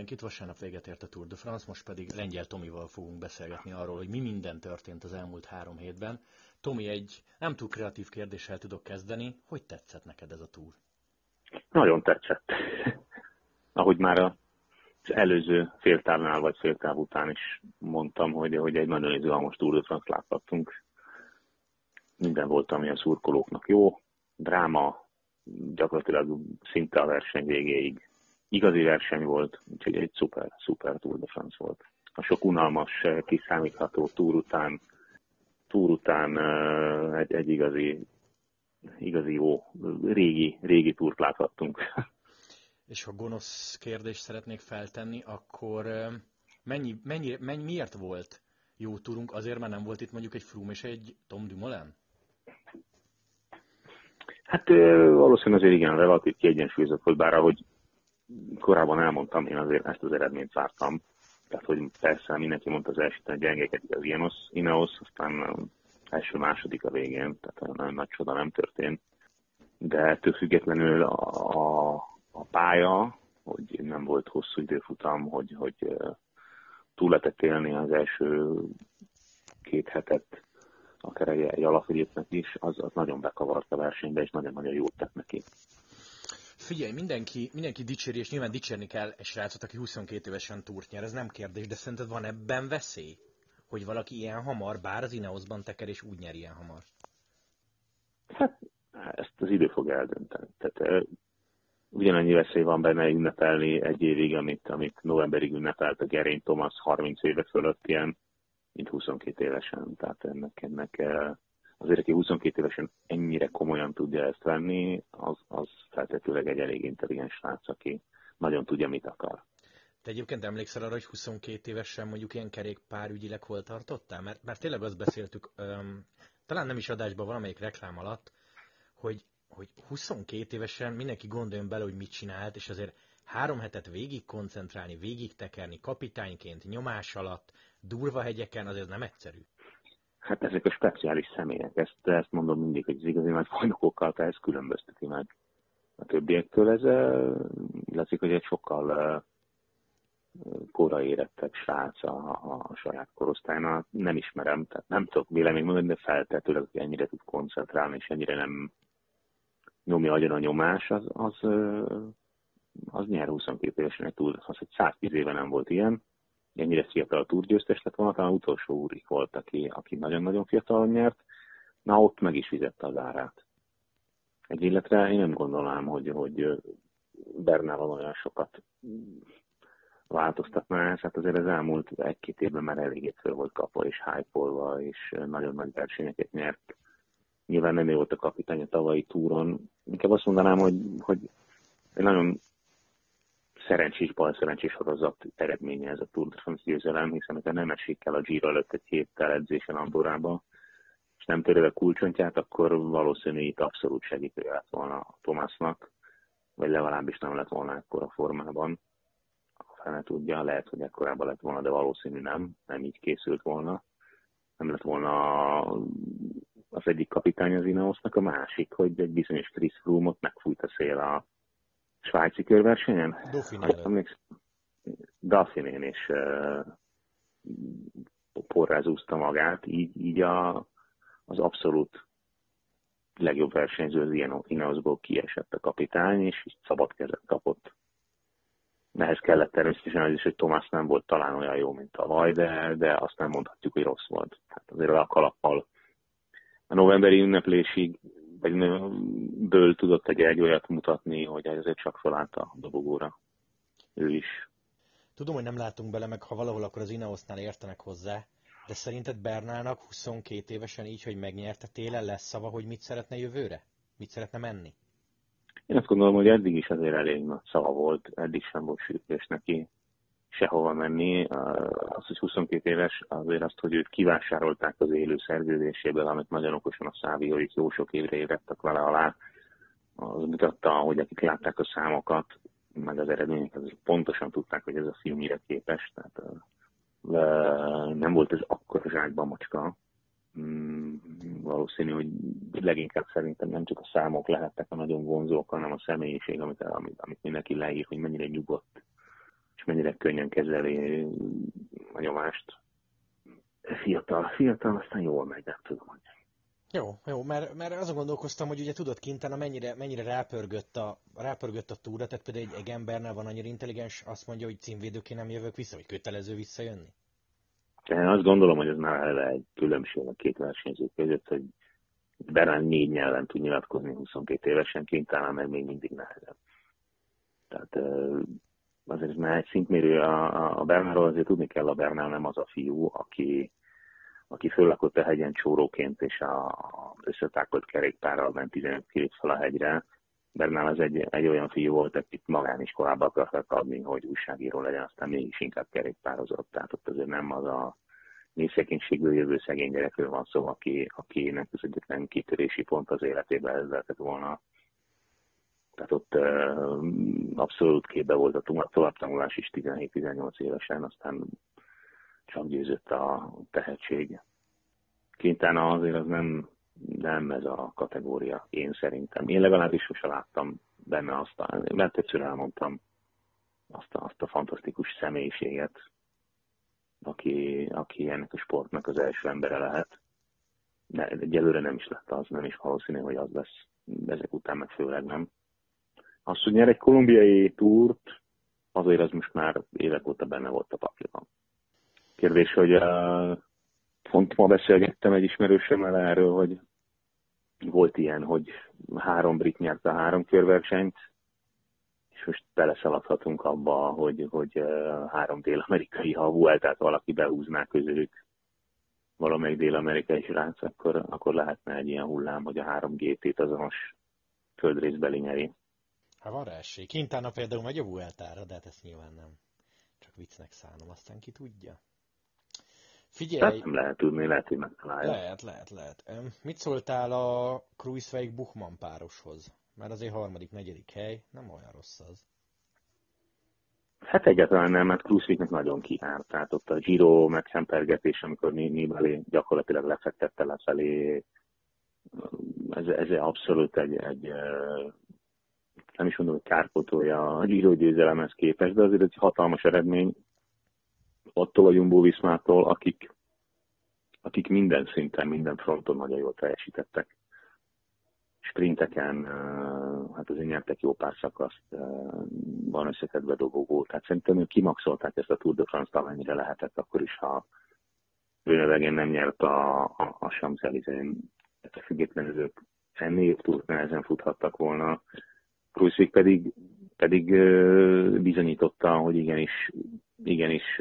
mindenkit, vasárnap véget ért a Tour de France, most pedig Lengyel Tomival fogunk beszélgetni arról, hogy mi minden történt az elmúlt 3 hétben. Tomi, egy nem túl kreatív kérdéssel tudok kezdeni, hogy tetszett neked ez a Tour? Nagyon tetszett. Ahogy már az előző féltávnál vagy féltáv után is mondtam, hogy egy nagyon izgalmas Tour de France láthattunk. Minden volt, ami a szurkolóknak jó, dráma, gyakorlatilag szinte a verseny végéig. Igazi verseny volt, úgyhogy egy szuper Tour de France volt. A sok unalmas, kiszámítható túr után egy igazi jó, régi túrt láthattunk. És ha gonosz kérdést szeretnék feltenni, akkor miért volt jó túrunk? Azért, mert nem volt itt mondjuk egy Froome és egy Tom Dumoulin? Hát valószínűleg azért igen, relatív kiegyensúlyozott volt, bár ahogy korábban elmondtam, én azért ezt az eredményt vártam. Tehát, hogy persze mindenki mondta az első gyengéket, az Ineos, aztán első-második a végén, tehát nagyon nagy csoda nem történt. De ettől függetlenül a pálya, hogy nem volt hosszú időfutam, hogy túl lehetett élni az első 2 hetet, akár egy Alaphilippnek is, az nagyon bekavart a versenybe, és nagyon-nagyon jót tett neki. Figyelj, mindenki dicséri, és nyilván dicsérni kell egy srácot, aki 22 évesen túrt nyer, ez nem kérdés, de szerinted van ebben veszély? Hogy valaki ilyen hamar, bár az Ineosban teker, és úgy nyer ilyen hamar? Hát, ezt az idő fog eldönteni. Tehát ugyanannyi veszély van benne ünnepelni egy évig, amit novemberig ünnepelt a Geraint Thomas 30 éve fölött ilyen, mint 22 évesen. Tehát ennek azért, aki 22 évesen ennyire komolyan tudja ezt venni, az feltétlenül egy elég intelligens srác, aki nagyon tudja, mit akar. Te egyébként emlékszel arra, hogy 22 évesen mondjuk ilyen kerékpárügyileg hol tartottál? Mert tényleg azt beszéltük, talán nem is adásban, valamelyik reklám alatt, hogy 22 évesen mindenki gondoljon bele, hogy mit csinált, és azért 3 hetet végig koncentrálni, végig tekerni, kapitányként, nyomás alatt, durva hegyeken, azért nem egyszerű. Hát ezek a speciális személyek, ezt mondom mindig, hogy az igazi nagy bajnokokkal ezt különbözteti meg a többiektől. Ez látszik, hogy egy sokkal korai érettebb srác a saját korosztálynál. Nem ismerem, tehát nem tudok véleményt mondani, de feltetőleg, hogy ennyire tud koncentrálni, és ennyire nem nyomja agyon a nyomás, az nyer 22 évesen egy túl, az egy 110 éve nem volt ilyen. Ennyire fiatal túrgyőztes lett volna, talán utolsó úrik volt, aki nagyon-nagyon fiatal nyert. Na, ott meg is fizette az árát. Egy életre én nem gondolnám, hogy Bernával olyan sokat változtatná ez. Hát azért az elmúlt 1-2 évben már eléggé föl volt kapva és hype-olva, és nagyon nagy versenyeket nyert. Nyilván nem ő volt a kapitány a tavalyi túron. Inkább azt mondanám, hogy egy nagyon szerencsés, balszerencsés sorozat eredménye ez a Tour de France győzelem, hiszen ha nem esik el a Giro előtt egy héttel edzésen Andorrába, és nem töröd a kulcsontját, akkor valószínű itt abszolút segítője lett volna a Thomasnak, vagy legalábbis nem lett volna ekkora formában. A fene tudja, lehet, hogy ekkorában lett volna, de valószínű nem így készült volna. Nem lett volna az egyik kapitány az Ineosnak, a másik, hogy egy bizonyos Chris Froome-ot megfújt a szél a svájci körversenyen. Dauphinén és porrázúzta magát, így az abszolút legjobb versenyző az Ineosból kiesett a kapitány, és szabad kezet kapott. Ehhez kellett természetesen az is, hogy Thomas nem volt talán olyan jó, mint tavaly, de azt nem mondhatjuk, hogy rossz volt. Hát azért a kalappal a novemberi ünneplésig ből tudott egy olyat mutatni, hogy ezért csak felállt a dobogóra. Ő is. Tudom, hogy nem látunk bele, meg ha valahol, akkor az Ineosnál értenek hozzá, de szerinted Bernálnak 22 évesen így, hogy megnyerte télen, lesz szava, hogy mit szeretne jövőre? Mit szeretne menni? Én azt gondolom, hogy eddig is azért elég nagy szava volt, eddig sem volt sürgős neki sehova menni. Az, hogy 22 éves, azért azt, hogy őt kivásárolták az élő szerződéséből, amit nagyon okosan a Szávióik jó sok évre érettek vele alá, az mutatta, hogy akik látták a számokat, meg az eredményeket, pontosan tudták, hogy ez a fiú mire képes. Tehát nem volt ez akkora zsákban macska. Valószínű, hogy leginkább szerintem nem csak a számok lehettek a nagyon vonzók, hanem a személyiség, amit mindenki leír, hogy mennyire nyugodt, és mennyire könnyen kezeli a nyomást. Fiatal, aztán jól megy, nem tudom, hogy. Jó, mert azon gondolkoztam, hogy ugye tudod Quintana mennyire rápörgött a túra, tehát például egy embernél van annyira intelligens, azt mondja, hogy címvédőként nem jövök vissza, vagy kötelező visszajönni? Én azt gondolom, hogy ez már eleve egy különbség a két versenyző között, hogy Bernal 4 nyelven tud nyilatkozni 22 évesen, Quintana meg még mindig nehezebb. Tehát azért ez már egy szintmérő. A Bernalról azért tudni kell, a Bernal nem az a fiú, aki föllakott a hegyen csóróként, és a összetákolt kerékpárral ment 15 kilót fel a hegyre. Bernal az egy olyan fiú volt, akit magániskolába akartak adni, hogy újságíró legyen, aztán mégis inkább kerékpározott. Tehát ott azért nem az a népszegénységből jövő szegény gyerekről van szó, akinek az egyetlen kitörési pont az életében ez lehetett volna. Tehát ott abszolút képbe volt a továbbtanulás is 17-18 évesen, aztán csak győzött a tehetség. Quintana azért az nem ez a kategória, én szerintem. Én legalábbis sose láttam benne mert többször elmondtam azt a fantasztikus személyiséget, aki ennek a sportnak az első embere lehet. De egyelőre nem is lett az, nem is valószínű, hogy az lesz. Ezek után meg főleg nem. Az, hogy nyer egy kolumbiai túrt, azért az most már évek óta benne volt a pakliban. Kérdés, hogy pont ma beszélgettem egy ismerősömmel erről, hogy volt ilyen, hogy 3 brit nyerte a 3 körversenyt, és most beleszaladhatunk abba, hogy 3 dél-amerikai, ha a Vueltát valaki behúzná közülük, valamelyik dél-amerikai srác, akkor lehetne egy ilyen hullám, hogy a 3 GT-t azonos földrészbeli nyeri. Hát van rá esély. Quintana például megy a Vueltára, de hát ezt nyilván nem. Csak viccnek szánom, aztán ki tudja. Figyelj! Tehát nem lehet tudni, lehet, hogy megtalálja. Lehet. Mit szóltál a Kruijswijk-Buchmann pároshoz? Mert azért 3.-4. hely, nem olyan rossz az. Hát egyáltalán nem, mert Kruijswijknek nagyon kiárt. Tehát ott a Giro megsempergetés, amikor Nibali gyakorlatilag lefektette lefelé, ez abszolút egy nem is mondom, hogy kárpótolja a Giro győzelemhez képest, de azért egy hatalmas eredmény attól a Jumbo-Viszmától, akik minden szinten, minden fronton nagyon jól teljesítettek. Sprinteken, hát azért nyertek jó pár szakaszt, van összekedve dobogó, tehát szerintem ők kimaxolták ezt a Tour de France-t, amennyire lehetett, akkor is, ha Groenewegen nem nyert a Champs-Élysées-n, ettől függetlenül ők ennél túrt nehezen futhattak volna. Kruijswijk pedig bizonyította, hogy igenis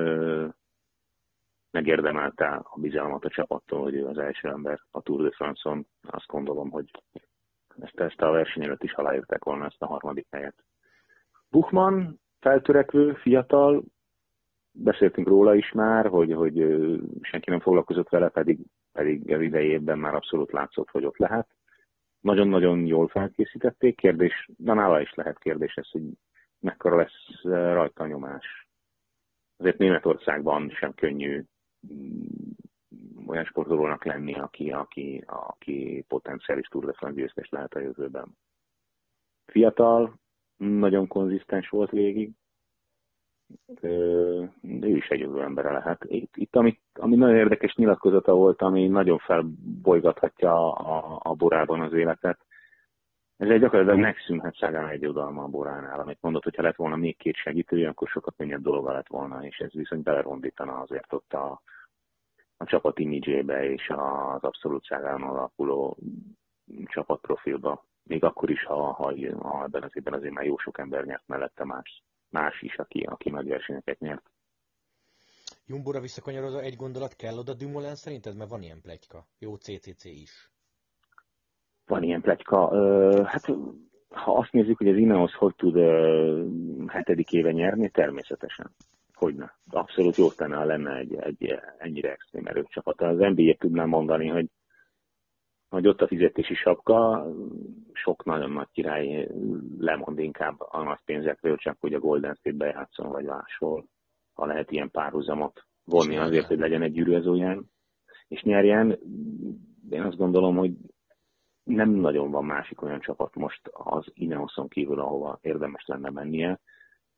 megérdemelte a bizalmat a csapattól, hogy ő az első ember a Tour de France-on. Azt gondolom, hogy ezt a verseny előtt is aláírták volna ezt a 3. helyet. Buchmann feltörekvő, fiatal, beszéltünk róla is már, hogy senki nem foglalkozott vele, pedig az idejében már abszolút látszott, hogy ott lehet. Nagyon-nagyon jól felkészítették. Kérdés, de nála is lehet kérdés ez, hogy mekkora lesz rajta a nyomás. Azért Németországban sem könnyű olyan sportolónak lenni, aki potenciális Tour de France győztes lehet a jövőben. Fiatal, nagyon konzisztens volt végig, de ő is egy jövő embere lehet. Itt ami nagyon érdekes nyilatkozata volt, ami nagyon felbolygathatja a Borában az életet, ez egy gyakorlatilag megszűnhet Sagan egy oldalma a Boránál, amit mondott, hogyha lett volna még 2 segítő, akkor sokkal könnyebb dolga lett volna, és ez viszont belerondítana azért ott a csapat imidzsébe és az abszolút Sagan alapuló csapatprofilba. Még akkor is, ha ebben az évben azért már jó sok ember nyert mellette más is, aki nagy versenyeket nyert. Jumbóra visszakanyarodva egy gondolat kell oda Dumoulin szerinted? Mert van ilyen pletyka. Jó CCC is. Van ilyen pletyka. Hát ha azt nézzük, hogy az Ineos hogy tud 7. éve nyerni, természetesen. Hogyne. Abszolút jó tenne, ha lenne egy ennyire extrém erőcsapat. Az NBA tudnám mondani, hogy ott a fizetési sapka, sok nagyon nagy király lemond inkább a nagy pénzekről, csak hogy a Golden State-be játszon, vagy máshol, ha lehet ilyen párhuzamot vonni azért, hogy legyen egy gyűrűzőján, és nyerjen. Én azt gondolom, hogy nem nagyon van másik olyan csapat most az Ineoson kívül, ahova érdemes lenne mennie.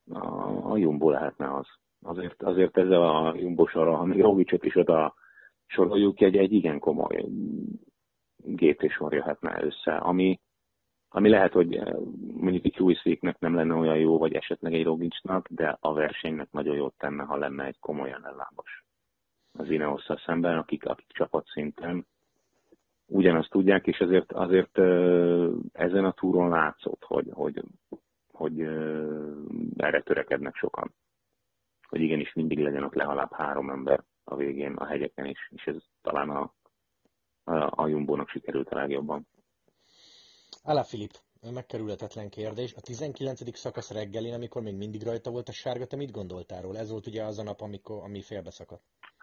a Jumbo lehetne az. Azért ezzel a Jumbo sorral, ha még Rogličot is oda soroljuk, egy igen komoly GP sor jöhetne össze, ami lehet, hogy mondjuk egy Quicknek nem lenne olyan jó, vagy esetleg egy Rogličnak, de a versenynek nagyon jót tenne, ha lenne egy komolyan ellábas az Ineosszal szemben, akik csapatszinten ugyanazt tudják, és azért ezen a túron látszott, hogy erre törekednek sokan. Hogy igenis mindig legyen ott legalább 3 ember a végén, a hegyeken is, és ez talán a Jumbónak sikerült a legjobban. Alaphilippe, megkerülhetetlen kérdés. A 19. szakasz reggelén, amikor még mindig rajta volt a sárga, te mit gondoltál róla? Ez volt ugye az a nap, ami félbeszakadt.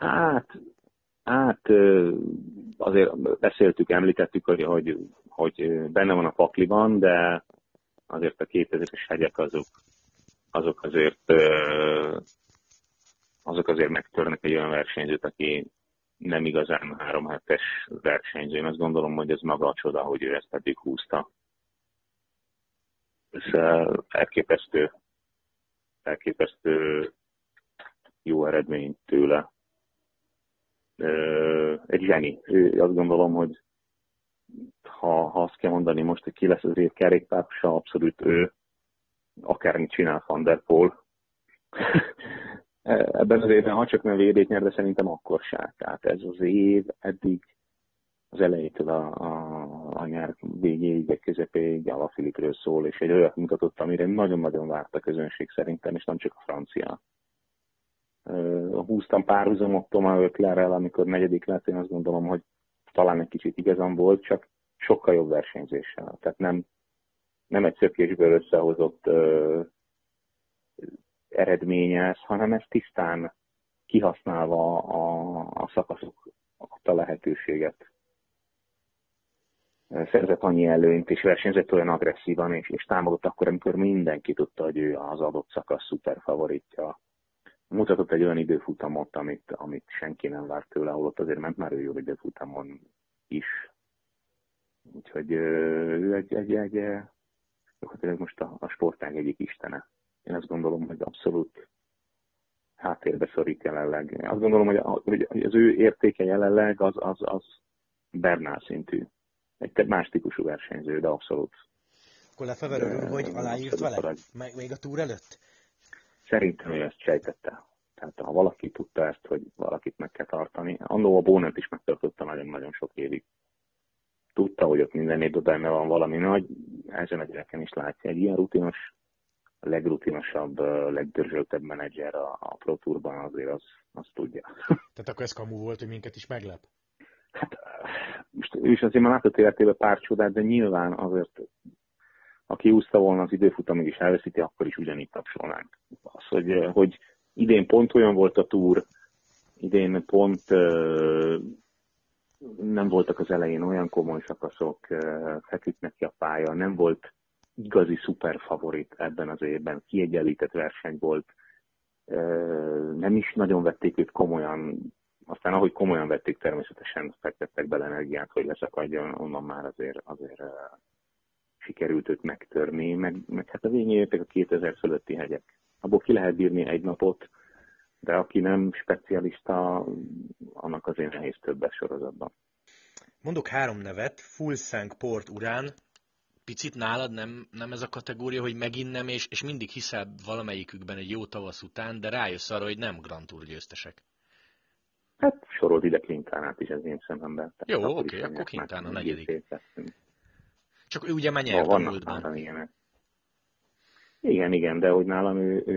Hát azért beszéltük, említettük, hogy benne van a pakliban, de azért a 2000-es hegyek azok azért megtörnek egy olyan versenyzőt, aki nem igazán 3 hetes versenyző. Én azt gondolom, hogy ez maga a csoda, hogy ő ezt eddig húzta. Ez elképesztő jó eredmény tőle. Egy zseni. Azt gondolom, hogy ha azt kell mondani most, hogy ki lesz az év kerékpárosa, abszolút ő, akármit csinál Van der Poel. Ebben az évben, ha csak nem VB-t nyer, de szerintem akkor se. Tehát ez az év eddig az elejétől a nyár végéig, vagy közepéig Alaphilippe-ről szól, és egy olyat mutatott, amire nagyon-nagyon várt a közönség szerintem, és nem csak a francia. Húztam párhuzamot Thomas Voecklerrel, amikor 4. lett, én azt gondolom, hogy talán egy kicsit igazam volt, csak sokkal jobb versenyzéssel. Tehát nem egy szökésből összehozott eredménye, hanem ez tisztán kihasználva a szakaszok a lehetőséget. Szerzett annyi előnyt, és versenyzett olyan agresszívan, és támogatott akkor, amikor mindenki tudta, hogy ő az adott szakasz szuper favoritja. Mutatott egy olyan időfutamot, amit senki nem várt tőle, holott azért ment már ő jó időfutamon is. Úgyhogy ő gyakorlatilag most a sportág egyik istene. Én azt gondolom, hogy abszolút háttérbe szorít jelenleg. Azt gondolom, hogy az ő értéke jelenleg az Bernal szintű. Egy más típusú versenyző, de abszolút. Akkor Lefevre örül, hogy aláírt vele? Még a túr előtt? Szerintem ő ezt sejtette. Tehát ha valaki tudta ezt, hogy valakit meg kell tartani, annó a Bónert is megtartotta nagyon-nagyon sok évig. Tudta, hogy ott minden évben benne van valami nagy, ezen a gyereken is látja egy ilyen rutinos, a legrutinosabb, legdörzsöltebb menedzser a Pro Tourban, azért azt tudja. Tehát akkor ez kamu volt, hogy minket is meglep? Hát, most ő is azért már látott életében pár csodát, de nyilván azért, aki úszta volna az időfutamig is elveszíti, akkor is ugyanígy tapsolnánk. Az, hogy idén pont olyan volt a túr, idén pont nem voltak az elején olyan komoly szakaszok, feküdt neki a pálya, nem volt igazi szuper favorit ebben az évben, kiegyenlített verseny volt, nem is nagyon vették őt komolyan, aztán ahogy komolyan vették, természetesen fektettek bele energiát, hogy leszakadjon, onnan már azért sikerült őt megtörni, meg hát a végén jöttek a 2000 fölötti hegyek. Abból ki lehet bírni egy napot, de aki nem specialista, annak azért nehéz többes sorozatban. Mondok 3 nevet, Fuglsang, Port, Urán. Picit nálad nem ez a kategória, hogy megint nem, és mindig hiszel valamelyikükben egy jó tavasz után, de rájössz arra, hogy nem Grand Tour győztesek. Hát sorold ide Quintanát is az én szememben. Jó, oké, akkor Quintana a 4. Csak ő ugye már nyert a múltban. Igen, de hogy nálam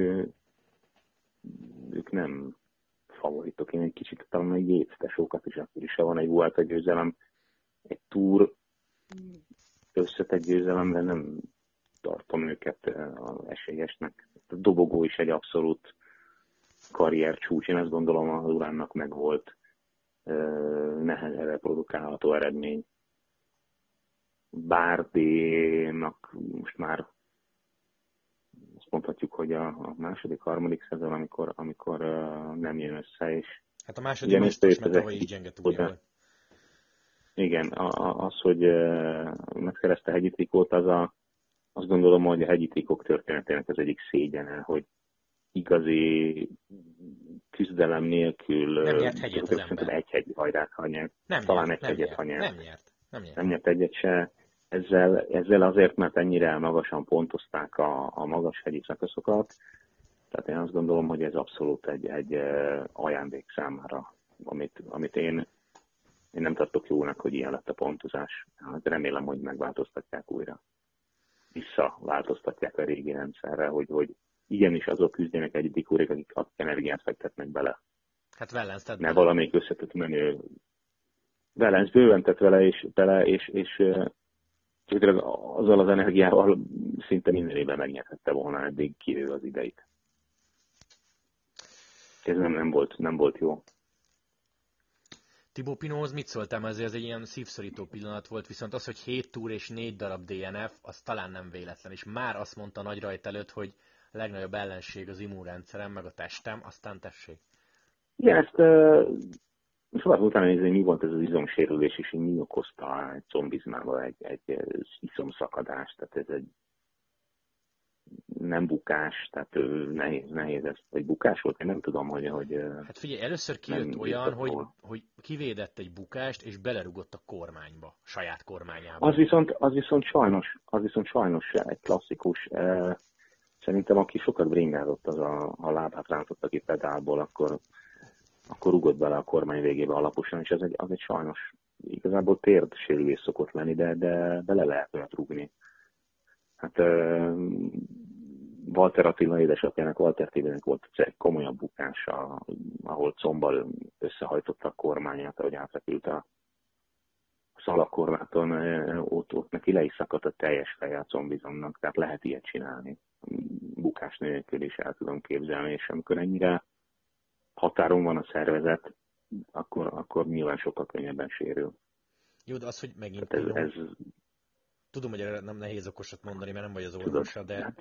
ők nem favoritok. Én egy kicsit talán egy Yates-tesókat is, akkor is van egy Vuelta győzelem. Egy Tour összetett győzelemre nem tartom őket esélyesnek. A dobogó is egy abszolút karrier csúcs. Én azt gondolom, az Uránnak meg volt nehezen reprodukálható eredmény. Bárdénak most már azt mondhatjuk, hogy a második, harmadik szezon, amikor nem jön össze, és hát a második biztos, mert tavaly is gyenge túlja. Igen, az, hogy megszerezte a hegyi trikót, azt gondolom, hogy a hegyi trikók történetének az egyik szégyene, hogy igazi küzdelem nélkül Nem nyert hegyet az szerintem ember. egy hegyi hajrát, ha nyert. Nem Talán nyert, egy hegyet, ha nyert. nem nyert. Nem nyert egyet se. Ezzel azért, mert ennyire magasan pontozták a magas hegyi szakaszokat. Tehát én azt gondolom, hogy ez abszolút egy ajándék számára, amit én nem tartok jónak, hogy ilyen lett a pontozás. Hát remélem, hogy megváltoztatják újra. Visszaváltoztatják a régi rendszerre, hogy igenis azok küzdjenek egyedik úrék, akik energiát fektetnek bele. Hát Wellens tett Ne bele. valamelyik összetett menő. Wellens bőven tett bele, és azzal az energiával szinte minden évben megnyerhette volna eddig kivéve az ideit. Ez nem volt jó. Thibaut Pinothoz mit szóltam? Ez egy ilyen szívszorító pillanat volt, viszont az, hogy 7 túr és 4 darab DNF, az talán nem véletlen, és már azt mondta nagy rajt előtt, hogy a legnagyobb ellenség az immunrendszerem, meg a testem, aztán tessék. Igen, ezt sokat utána nézni, mi volt ez az izomsérülés, és mi okozta egy combizmába egy iszomszakadást, tehát ez egy nem bukás, tehát nehéz ez. Vagy bukás volt, én nem tudom, hogy Hát figyelj, először kijött olyan, hogy kivédett egy bukást, és belerugott a kormányba, saját kormányába. Az viszont sajnos egy klasszikus. Szerintem aki sokat bringázott, az a lábát rántotta ki pedálból, akkor rugott bele a kormány végébe alaposan, és az egy sajnos igazából térdsérülés szokott lenni, de bele lehet olyat rúgni. Hát Walter Attila édesapjának, Walter Tibenek volt egy komolyabb bukása, ahol combbal összehajtotta a kormányát, ahogy átrepült a szalakorláton, ott neki le is szakadt a teljes feje a combizomnak, tehát lehet ilyet csinálni. Bukás nélkül is el tudom képzelni, és amikor ennyire határon van a szervezet, akkor nyilván sokkal könnyebben sérül. Jó, de az, hogy megint ez tudom, hogy erre nem nehéz okosat mondani, mert nem vagy az orvosa, de... Hát,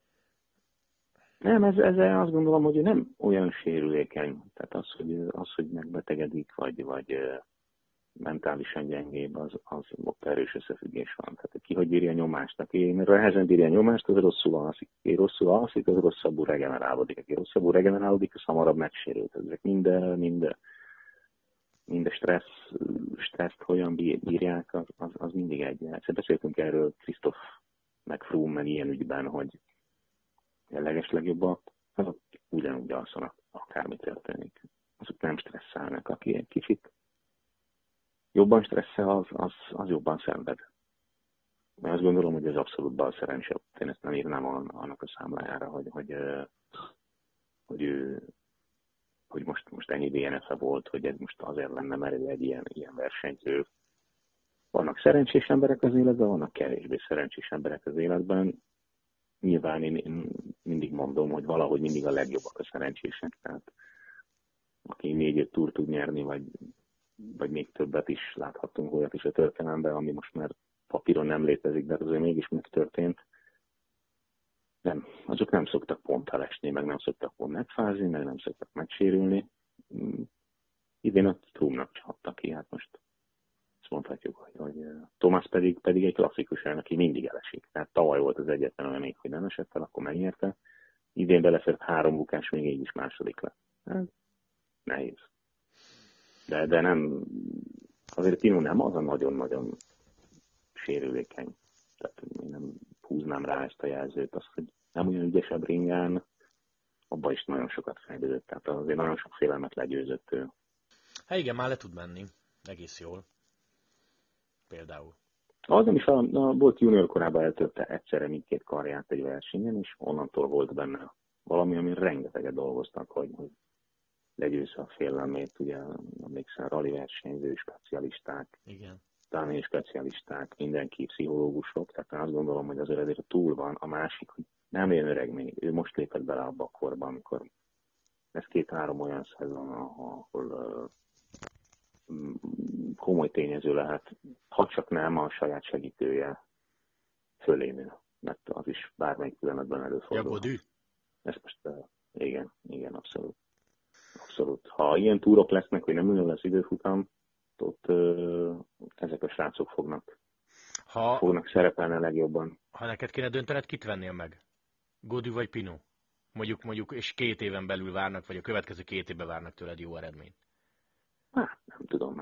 nem, ezzel azt gondolom, hogy nem olyan sérülékeny. Tehát az, hogy megbetegedik, vagy mentálisan gyengébb, az ott erős összefüggés van. Tehát ki hogy bírja a nyomást. Aki nehezen bírja a nyomást, az rosszul alszik. Aki rosszul alszik, az rosszabbul regenerálódik. Aki rosszabbul regenerálódik, az hamarabb megsérült. Ezek mind stresszt hogyan bírják, az mindig egy. Egyszer beszéltünk erről Christoph, meg Froome, meg ilyen ügyben, hogy a legeslegjobbak, azok ugyanúgy alszanak, akármi történik. Azok nem stresszelnek. Aki egy kicsit jobban stresszel, az jobban szenved. Mert azt gondolom, hogy ez abszolút bal szerencse. Én ezt nem írnám annak a számlájára, hogy most ennyi DNF-e volt, hogy ez most azért lenne, mert egy ilyen versenyző. Vannak szerencsés emberek az életben, vannak kevésbé szerencsés emberek az életben. Nyilván én mindig mondom, hogy valahogy mindig a legjobbak a szerencsések. Tehát aki 4-5 túr tud nyerni, vagy még többet is láthattunk olyat is a történelemben, ami most már papíron nem létezik, de azért mégis megtörtént. Nem, azok nem szoktak pont elesni, meg nem szoktak pont megfázni, meg nem szoktak megsérülni. Idén a Froome-nak csaptak ki, hát most azt mondhatjuk, hogy Thomas pedig egy klasszikus el, aki mindig elesik. Tehát tavaly volt az egyetlen olyan még, hogy nem esett el, akkor megnyerte. Idén belefért 3 bukás, még így is második lett. Hát, nehéz. De nem, azért Pinot nem az a nagyon-nagyon sérülékeny. Tehát én nem húznám rá ezt a jelzőt. Az, hogy nem olyan ügyesebb ringán, abban is nagyon sokat fejlődött. Tehát azért nagyon sok félelmet legyőzött ő. Hát igen, már le tud menni. Egész jól. Például. Az nem is volt junior korában eltörte egyszerre mindkét karját egy versenyen, és onnantól volt benne valami, amin rengeteget dolgoztak, hogy legyőzze a félelmét, ugye emlékszel, rally versenyző, specialisták, Igen. támén specialisták, mindenki pszichológusok, tehát én azt gondolom, hogy azért ezért túl van. A másik, hogy nem ilyen öreg még, ő most lépett bele abba a korban, amikor ez 2-3 olyan szezon, ahol komoly tényező lehet, ha csak nem a saját segítője fölé nő, mert az is bármelyik pillanatban előfordul. Jagodű? Ez most, igen, abszolút. Abszolút. Ha ilyen túrok lesznek, hogy nem olyan lesz időfutam, ott ezek a srácok fognak szerepelni a legjobban. Ha neked kéne döntened, kit vennél meg? Gaudu vagy Pinot? Mondjuk, és 2 éven belül várnak, vagy a következő 2 évben várnak tőled jó eredményt? Hát nem tudom,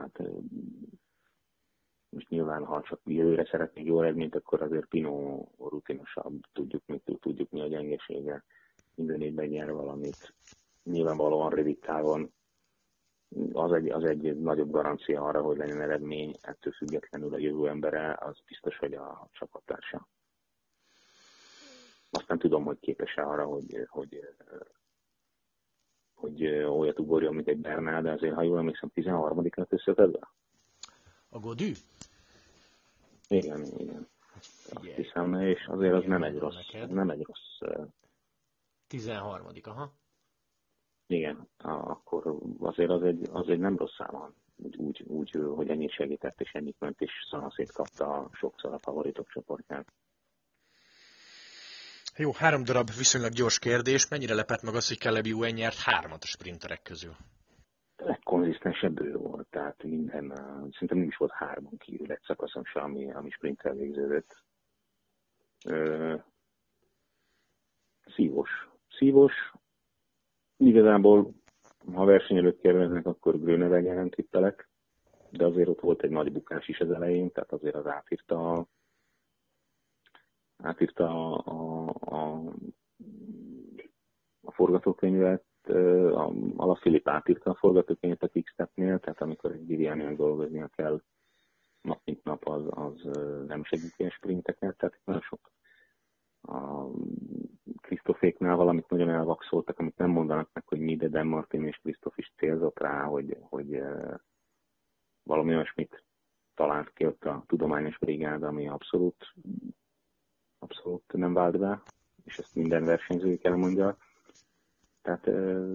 most nyilván, ha csak jövőre szeretnék jó eredményt, akkor azért Pino rutinosabb, tudjuk mi a gyengesége. Minden évben nyer valamit. Nyilvánvalóan rövid távon az egy nagyobb garancia arra, hogy legyen eredmény, ettől függetlenül a jövő embere, az biztos, hogy a csapattársa. Azt nem tudom, hogy képes-e arra, hogy olyat ugorjon, mint egy Bernál, de azért, ha jól emlékszem, 13. lett összetedve. A Godű? Igen. Azt hiszem, és azért az nem egy rossz. 13. Aha. Igen, akkor azért az egy nem rossz szám, úgy, hogy ennyit segített, és ennyit ment, és szanaszét kapta sokszor a favoritok csoportját. Jó, 3 darab viszonylag gyors kérdés. Mennyire lepett meg az, hogy Caleb Ewan nyert 3 a sprinterek közül? Legkonzisztensebb ő volt, tehát szerintem nem is volt 3 kívül egy szakaszon se, ami sprinter végződött. Szívós. Igazából, ha verseny előtt kérdeznek, akkor Grönewegen tippelek, de azért ott volt egy nagy bukás is az elején, tehát azért az átírta a forgatókönyvet, Alaphilippe átírta a forgatókönyvet a Quickstepnél, tehát amikor egy Vivianian dolgoznia kell nap mint nap, az nem segíti a sprinteket, tehát nagyon sok a Krisztoféknál valamit nagyon elvakszoltak, amit nem mondanak meg, hogy mi, de Dan Martin és Krisztof is célzott rá, hogy valami olyasmit talált ki ott a tudományos brigád, ami abszolút nem vált be, és ezt minden versenyző kell mondja. Tehát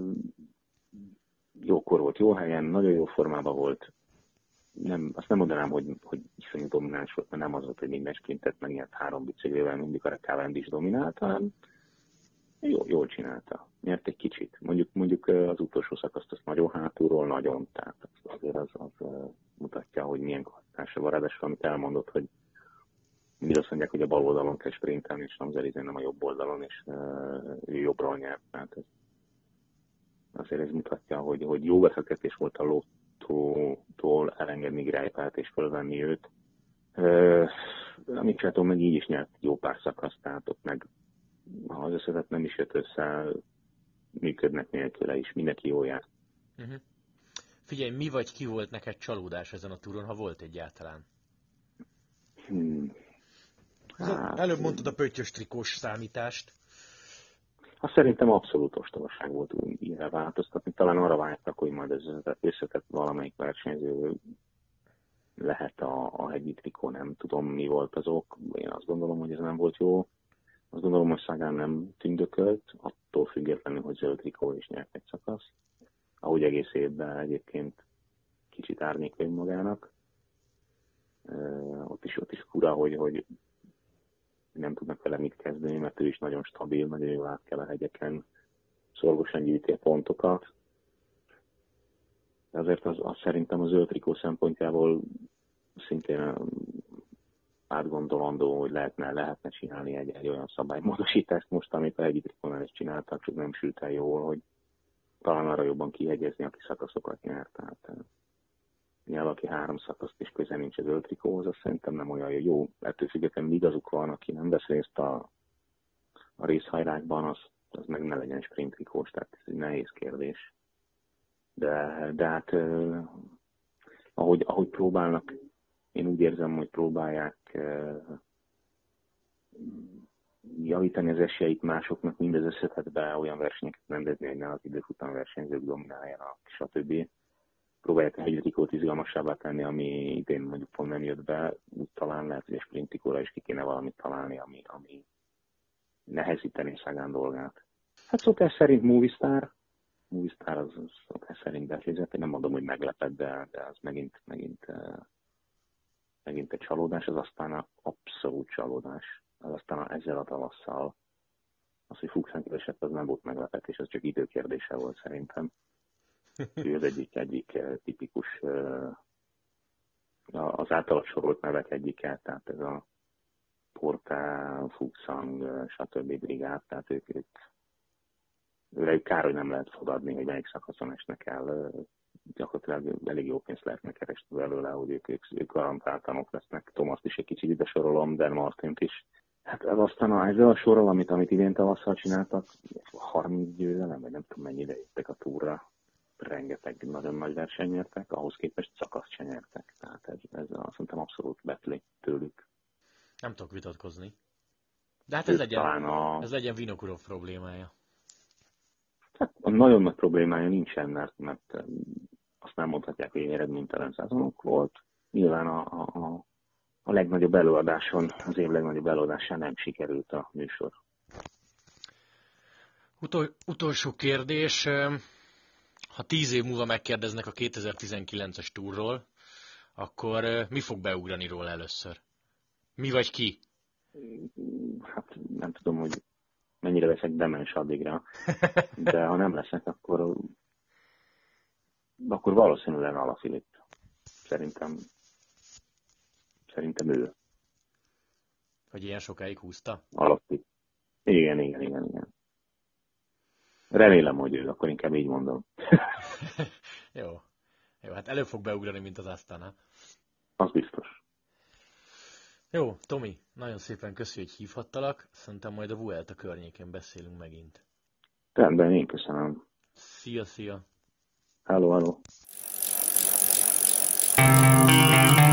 jókor volt, jó helyen, nagyon jó formában volt. Azt nem mondanám, hogy iszonyú domináns volt, mert nem az volt, hogy minden sprintet megnyert 3 biciklével, mindig a Cavendish dominált, hanem jól csinálta. Nyert egy kicsit. Mondjuk az utolsó szakaszt azt nagyon hátulról, nagyon, tehát azért az mutatja, hogy milyen kapacitása van. Ráadásul, amit elmondott, hogy mindig azt mondják, hogy a bal oldalon kell sprintelni, és nem a jobb oldalon, és ő jobbról nyert. Tehát azért ez mutatja, hogy jó befektetés volt a Lottótól elengedni Greipelt és fölvenni őt. Amit csináltam, meg így is nyert jó pár szakaszt, tehát ott meg, ha az összetett nem is jött össze, működnek nélküle is, mindenki jól jár. Uh-huh. Figyelj, mi vagy ki volt neked csalódás ezen a túron, ha volt egyáltalán? Előbb mondtad a pöttyös trikós számítást. Azt szerintem abszolút ostobaság volt ilyenre változtatni. Talán arra vágytak, hogy majd ez összetett valamelyik versenyző lehet a hegyi trikó, nem tudom mi volt az ok. Én azt gondolom, hogy ez nem volt jó. Azt gondolom, hogy Sagan nem tündökölt, attól függetlenül, hogy zöld trikó is nyert egy szakasz. Ahogy egész évben egyébként kicsit árnyék magának. Ott is fura, hogy nem tudnak vele mit kezdeni, mert ő is nagyon stabil, nagyon jól át kell a hegyeken, szorgosan gyűjti a pontokat. De azért az szerintem az zöld trikó szempontjából szintén átgondolandó, hogy lehetne csinálni egy olyan szabálymódosítást most, amit a hegyi trikónál is csináltak, csak nem sült el jól, hogy talán arra jobban kihegyezni, aki szakaszokat nyert. Tehát nyilván, aki 3 szakaszt is közel nincs az zöld trikóhoz, az szerintem nem olyan jó. Ettől függetlenül igazuk van, aki nem vesz részt a részhajrákban, az meg ne legyen sprint trikós, tehát ez egy nehéz kérdés. De hát ahogy próbálnak, én úgy érzem, hogy próbálják javítani az esélyeit másoknak, mindez összetetbe olyan versenyeket rendezni, hogy ne az időfutam versenyzők domináljanak, stb. Próbálják a hegyi trikót izgalmasabbá tenni, ami idén mondjuk pont nem jött be, úgy talán lehet, hogy a sprint trikóra is ki kéne valamit találni, ami nehezíteni Sagan dolgát. Hát szokás szerint Movistar az szokás szerint befizet, én nem mondom, hogy meglepett, de az megint egy csalódás, az aztán abszolút csalódás. Az aztán ezzel a tavasszal, az, hogy Fuchsán kiesett, az nem volt meglepetés, az csak időkérdése volt szerintem. Ő az egyik tipikus, az általad sorolt nevek egyike, tehát ez a Porta, Fuchsang, stb. Brigád, tehát ők őrejük kár, hogy nem lehet fogadni, hogy melyik szakaszon esnek el. Gyakorlatilag elég jó pénzt lehetne keresni belőle, hogy ők garantáltan ott lesznek. Thomas is egy kicsit ide sorolom, Dan Martint is. Hát aztán ezzel a sorral, amit idén tavasszal csináltak, 30 győzelem, vagy nem tudom mennyire jöttek a túra, rengeteg nagyon nagy verseny nyertek, ahhoz képest szakaszt sem nyertek. Tehát ez azt mondtam abszolút betli tőlük. Nem tudok vitatkozni. De hát ez legyen Vinokurov problémája. Hát a nagyon nagy problémája nincsen, mert azt nem mondhatják, hogy eredménytelen szezonok volt. Nyilván a legnagyobb előadáson, az év legnagyobb előadásán nem sikerült a műsor. Utolsó kérdés. Ha 10 év múlva megkérdeznek a 2019-es túrról, akkor mi fog beugrani róla először? Mi vagy ki? Hát nem tudom, hogy mennyire leszek demens addigra, de ha nem leszek, akkor valószínűleg Alaphilipp. Szerintem ő. Hogy ilyen sokáig húzta? Alaphilipp. Igen. Remélem, hogy ő, akkor inkább így mondom. Jó, hát előbb fog beugrani, mint az Astana. Az biztos. Jó, Tomi, nagyon szépen köszi, hogy hívhattalak. Szerintem majd a Vuelta környékén beszélünk megint. Rendben, én köszönöm. Szia. Hello.